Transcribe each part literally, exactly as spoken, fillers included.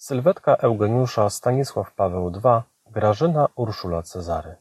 Sylwetka Eugeniusza Stanisław Paweł dwa Grażyna Urszula Cezary.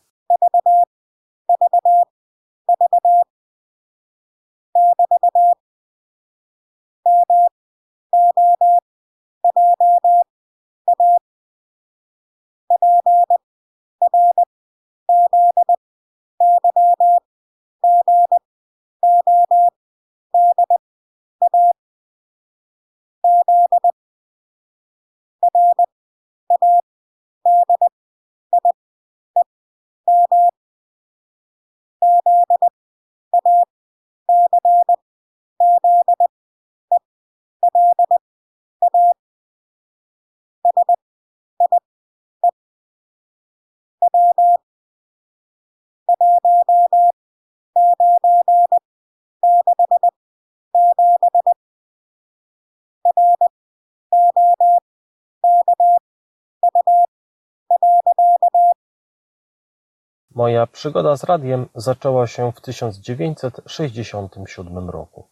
Moja przygoda z radiem zaczęła się w tysiąc dziewięćset sześćdziesiątym siódmym roku.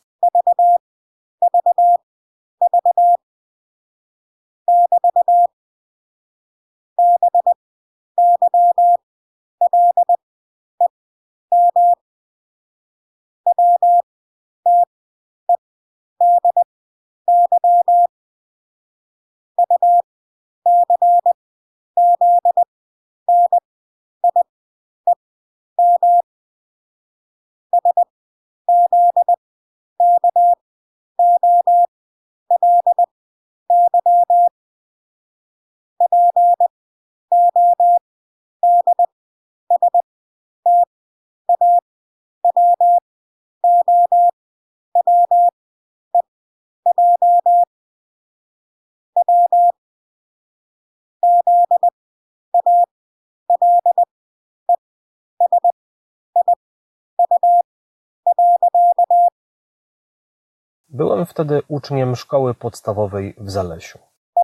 Byłem wtedy uczniem szkoły podstawowej w Zalesiu.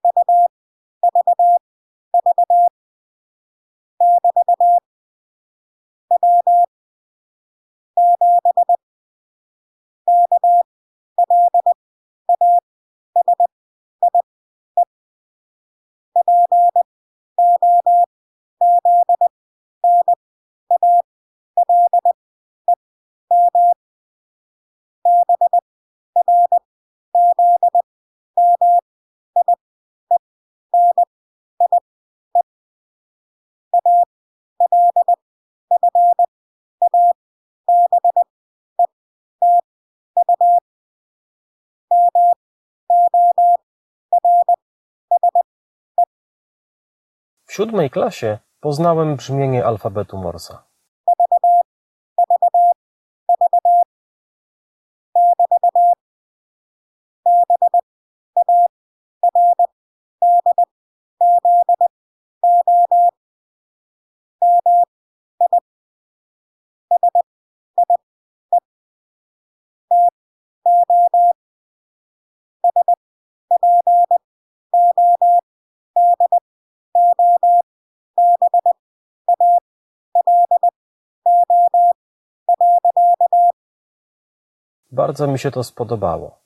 W siódmej klasie poznałem brzmienie alfabetu Morsa. Bardzo mi się to spodobało.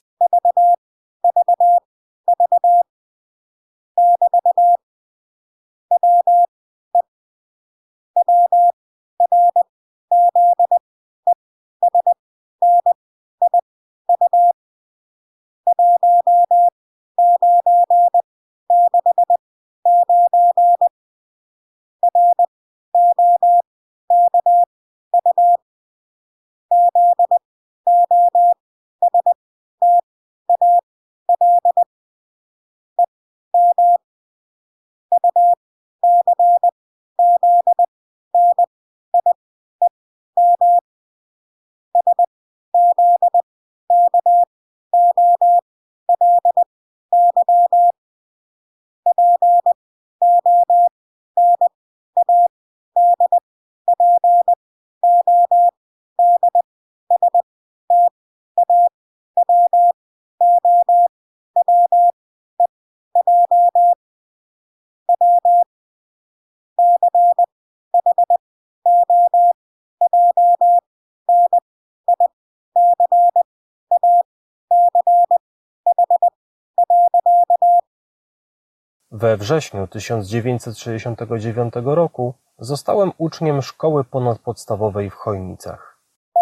We wrześniu tysiąc dziewięćset sześćdziesiątego dziewiątego roku zostałem uczniem szkoły ponadpodstawowej w Chojnicach.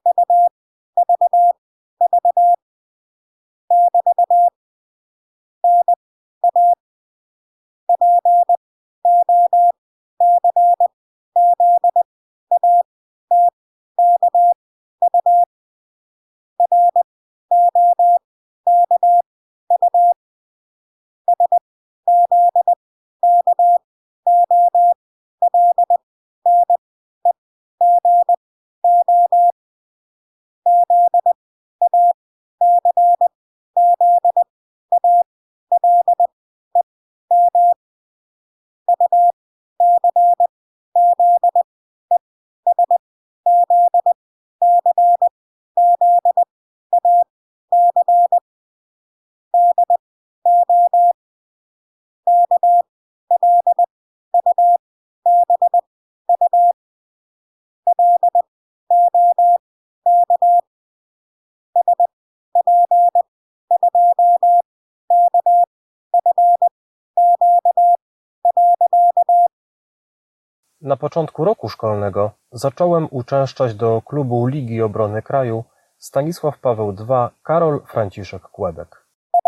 Na początku roku szkolnego zacząłem uczęszczać do klubu Ligi Obrony Kraju Stanisław Paweł drugi Karol Franciszek Kłebek.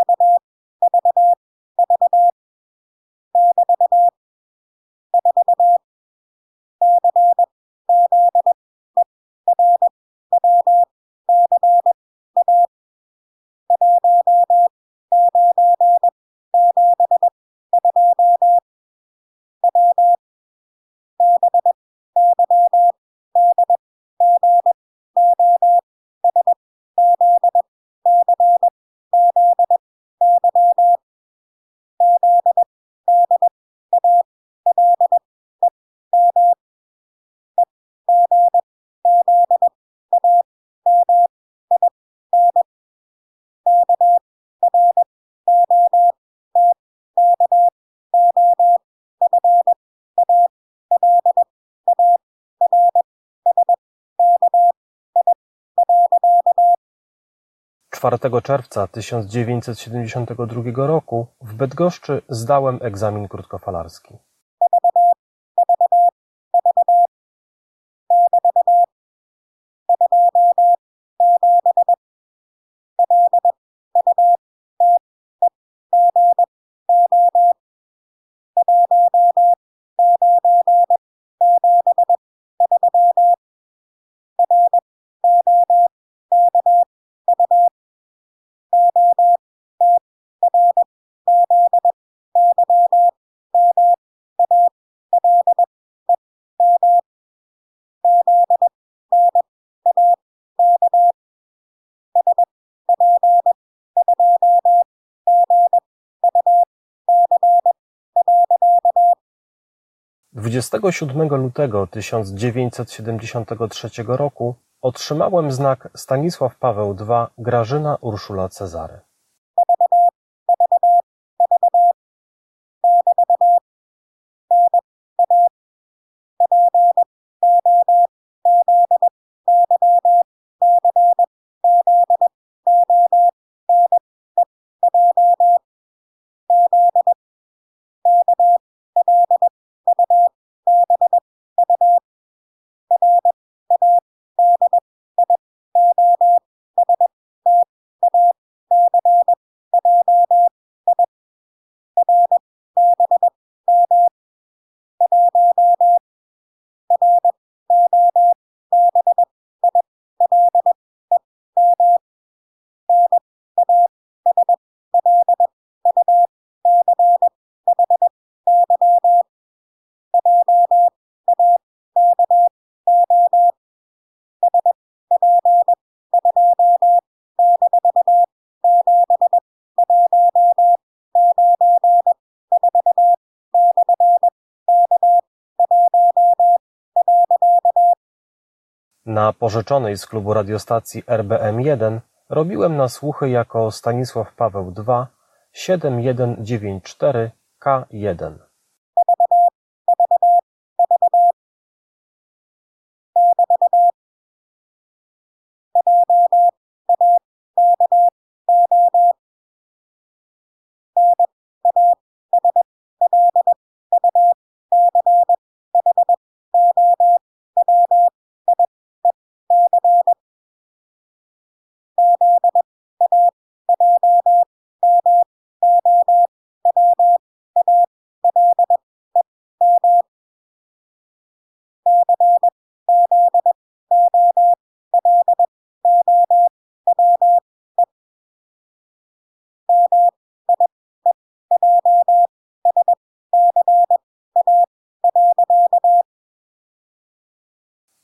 czwartego czerwca tysiąc dziewięćset siedemdziesiątego drugiego roku w Bydgoszczy zdałem egzamin krótkofalarski. dwudziestego siódmego lutego tysiąc dziewięćset siedemdziesiątego trzeciego roku otrzymałem znak Stanisław Paweł drugi Grażyna Urszula Cezary. Na pożyczonej z klubu radiostacji R B M jeden robiłem na słuchy jako Stanisław Paweł drugi siedem jeden dziewięć cztery K jeden.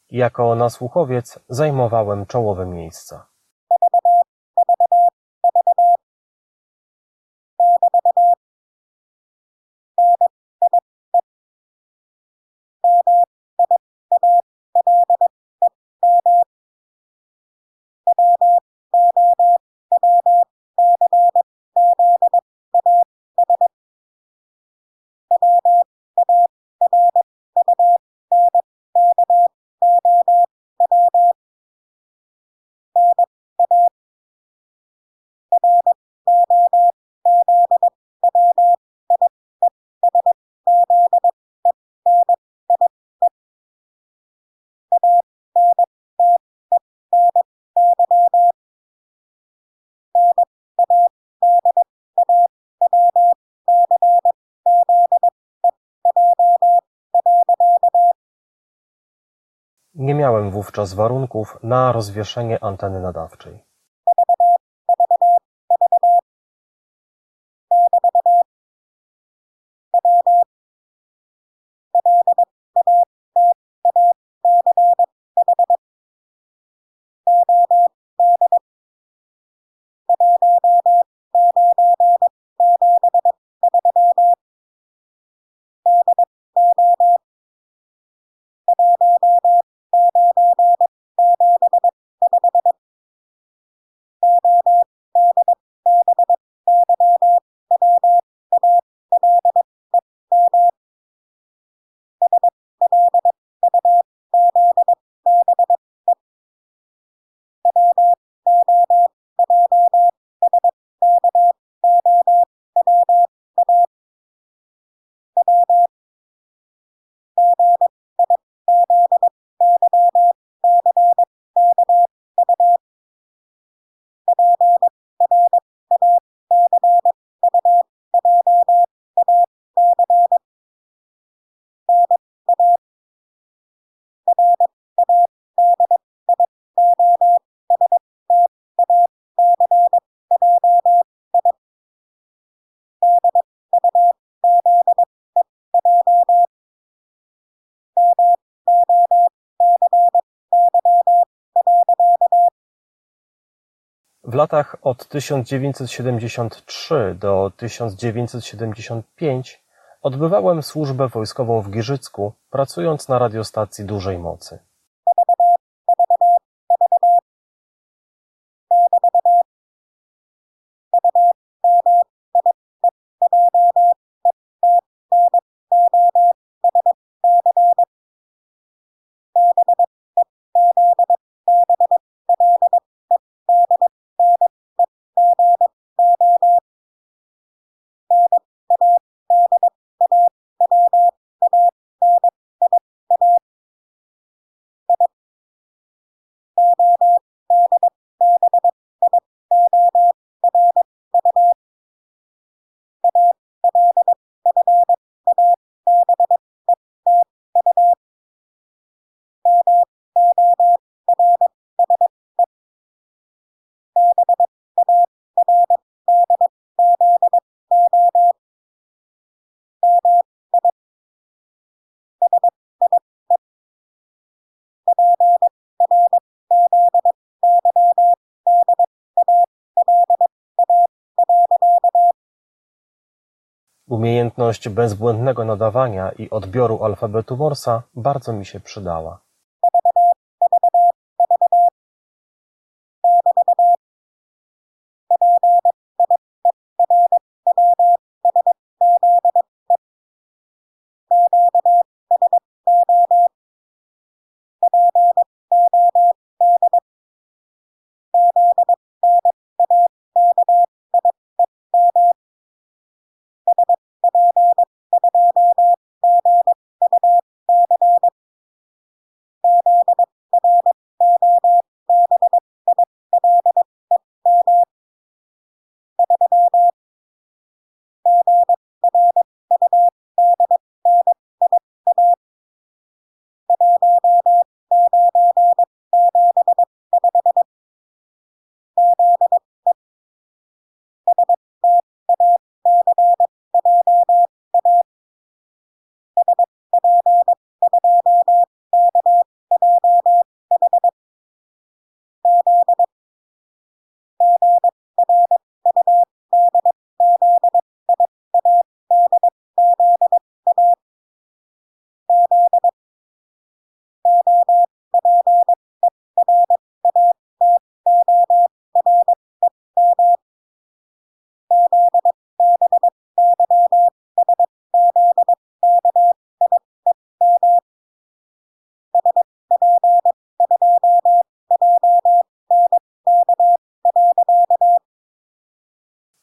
Jako nasłuchowiec zajmowałem czołowe miejsca. Nie miałem wówczas warunków na rozwieszenie anteny nadawczej. W latach od tysiąc dziewięćset siedemdziesiąt trzy do tysiąc dziewięćset siedemdziesiąt pięć odbywałem służbę wojskową w Giżycku, pracując na radiostacji dużej mocy. Umiejętność bezbłędnego nadawania i odbioru alfabetu Morsa bardzo mi się przydała.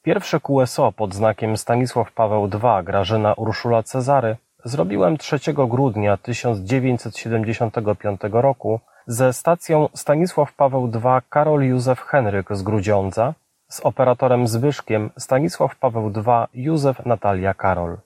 Pierwsze Q S O pod znakiem Stanisław Paweł drugi Grażyna Urszula Cezary zrobiłem trzeciego grudnia tysiąc dziewięćset siedemdziesiątego piątego roku ze stacją Stanisław Paweł drugi Karol Józef Henryk z Grudziądza z operatorem Zbyszkiem Stanisław Paweł drugi Józef Natalia Karol.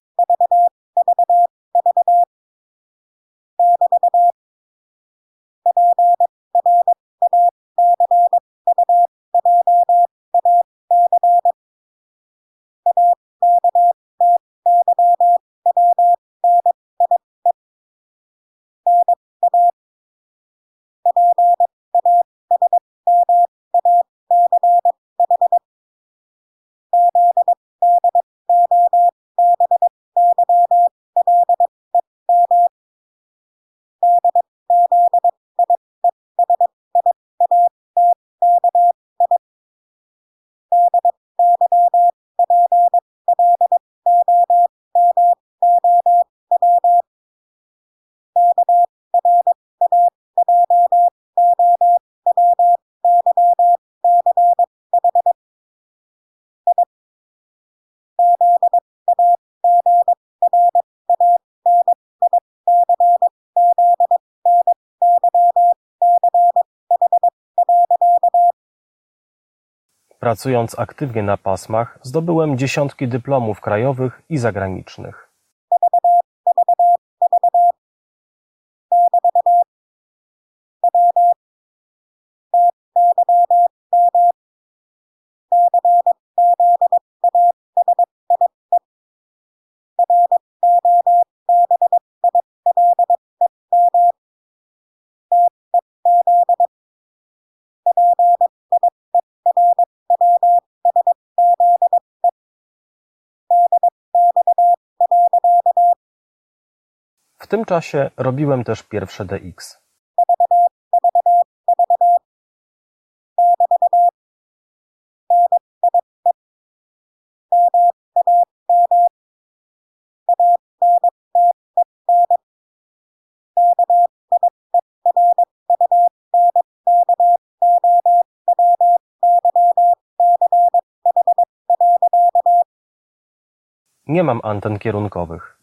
Pracując aktywnie na pasmach, zdobyłem dziesiątki dyplomów krajowych i zagranicznych. W tym czasie robiłem też pierwsze D X. Nie mam anten kierunkowych.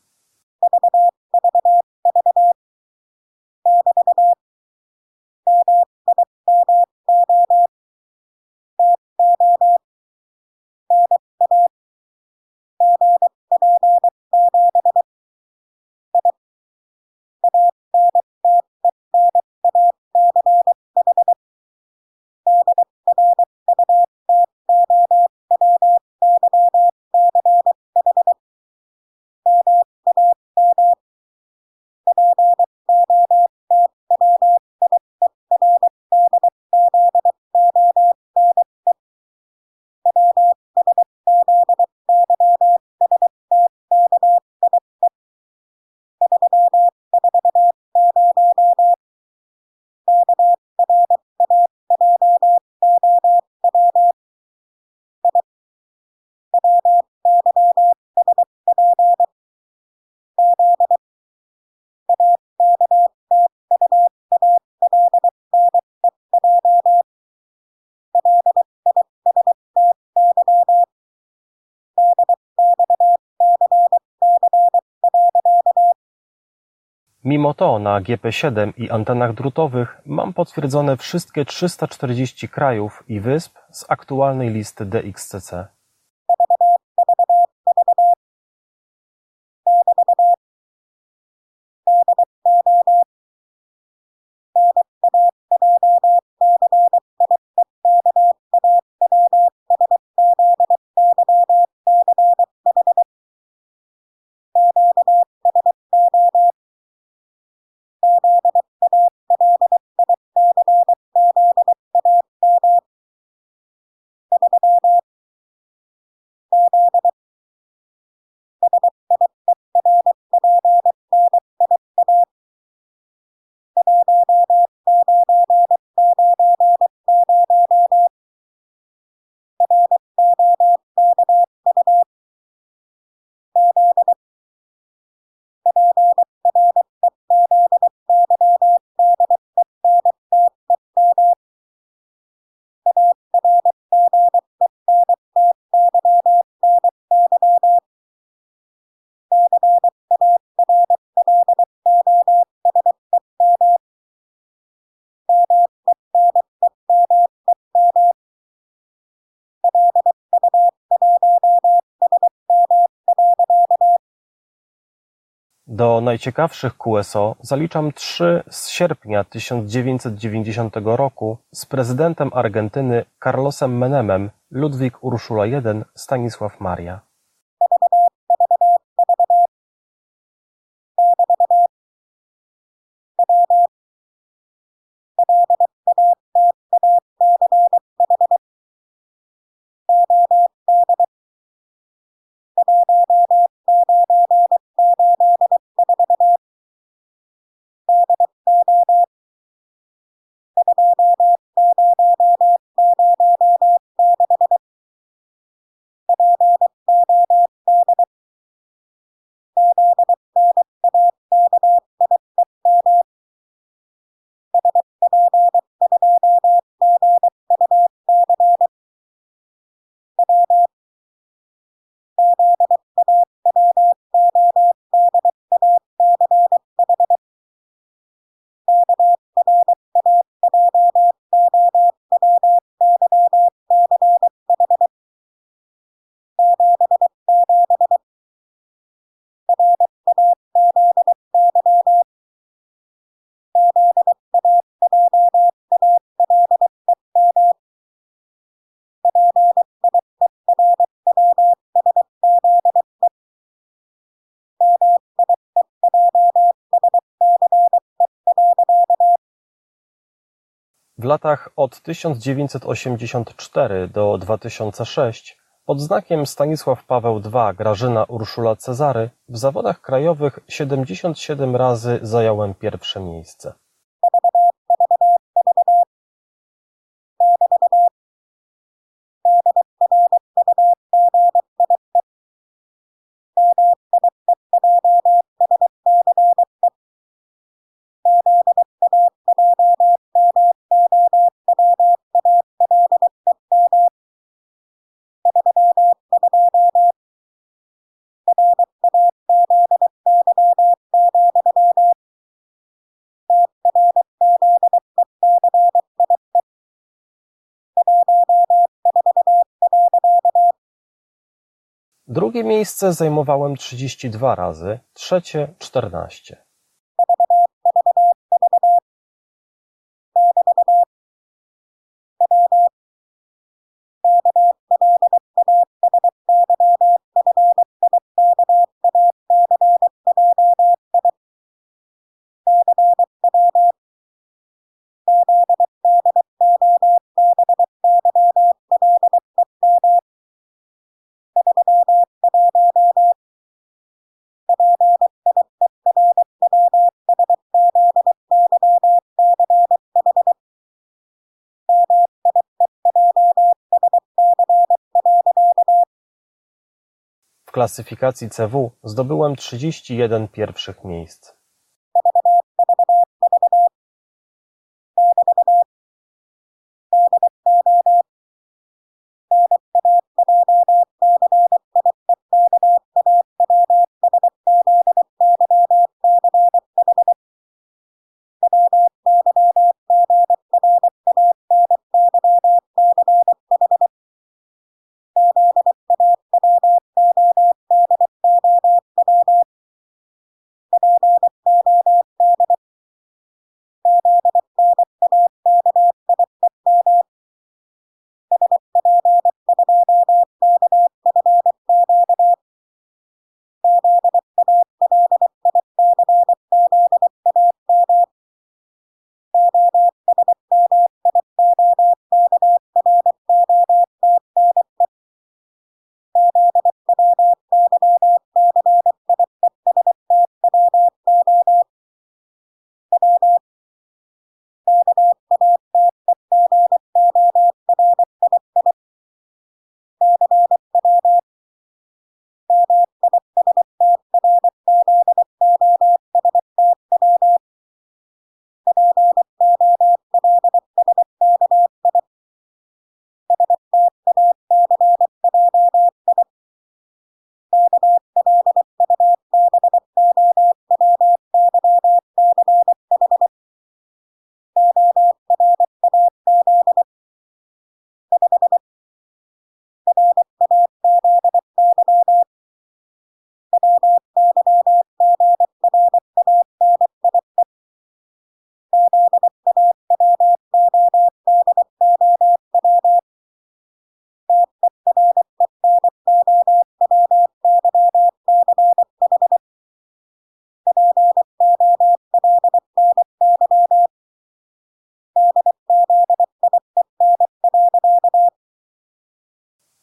Mimo to na G P siedem i antenach drutowych mam potwierdzone wszystkie trzysta czterdzieści krajów i wysp z aktualnej listy D X C C. Do najciekawszych Q S O zaliczam trzy z sierpnia tysiąc dziewięćset dziewięćdziesiątego roku z prezydentem Argentyny Carlosem Menemem, Ludwik Urszula jeden, Stanisław Maria. W latach od tysiąc dziewięćset osiemdziesiąt cztery do dwa tysiące sześć pod znakiem Stanisław Paweł drugi Grażyna Urszula Cezary w zawodach krajowych siedemdziesiąt siedem razy zająłem pierwsze miejsce. Drugie miejsce zajmowałem trzydzieści dwa razy, trzecie czternaście. W klasyfikacji C W zdobyłem trzydzieści jeden pierwszych miejsc.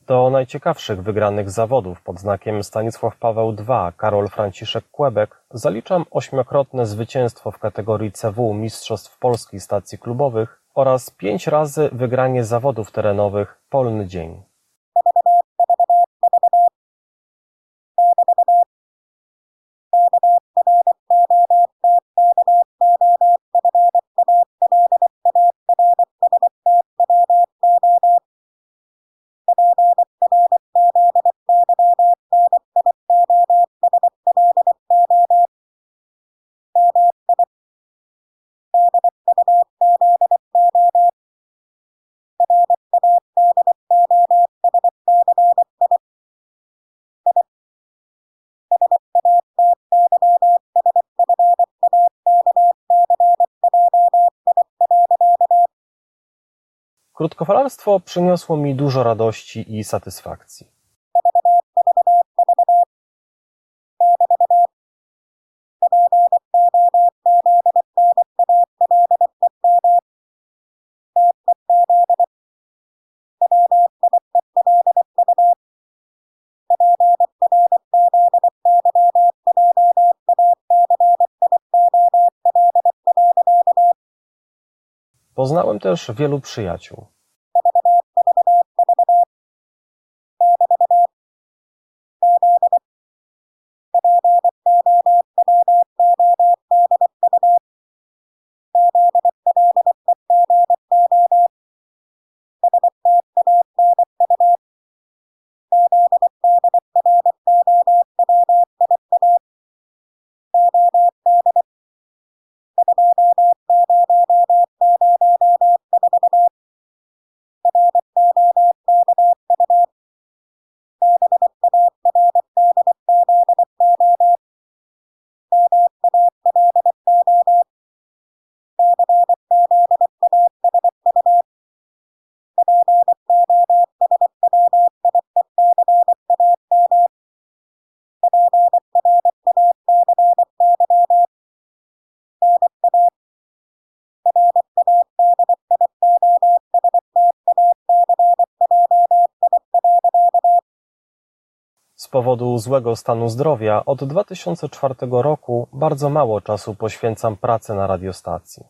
Do najciekawszych wygranych zawodów pod znakiem Stanisław Paweł drugi Karol Franciszek Kłebek zaliczam ośmiokrotne zwycięstwo w kategorii C W Mistrzostw Polski Stacji Klubowych oraz pięć razy wygranie zawodów terenowych Polny Dzień. Krótkofalarstwo przyniosło mi dużo radości i satysfakcji. Poznałem też wielu przyjaciół. Z powodu złego stanu zdrowia od dwa tysiące czwartego roku bardzo mało czasu poświęcam pracy na radiostacji.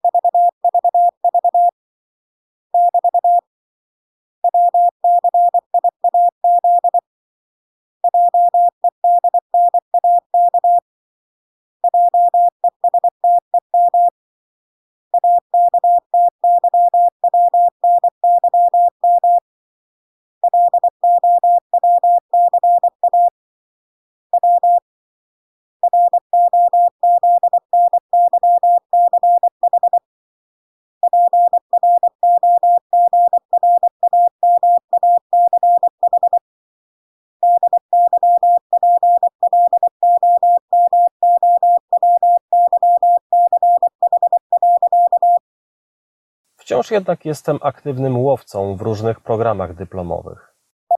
Wciąż jednak jestem aktywnym łowcą w różnych programach dyplomowych.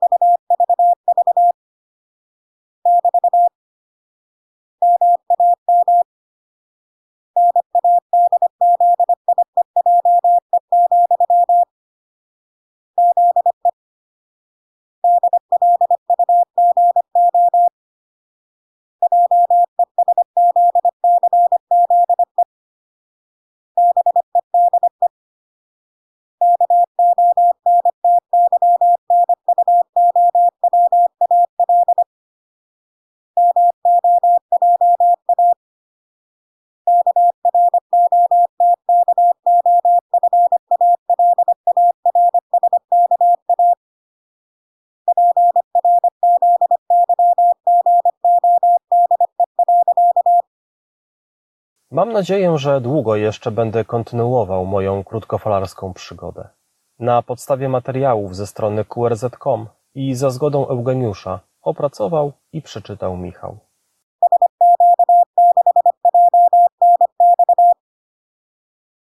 Mam nadzieję, że długo jeszcze będę kontynuował moją krótkofalarską przygodę. Na podstawie materiałów ze strony Q R Z kropka com i za zgodą Eugeniusza opracował i przeczytał Michał.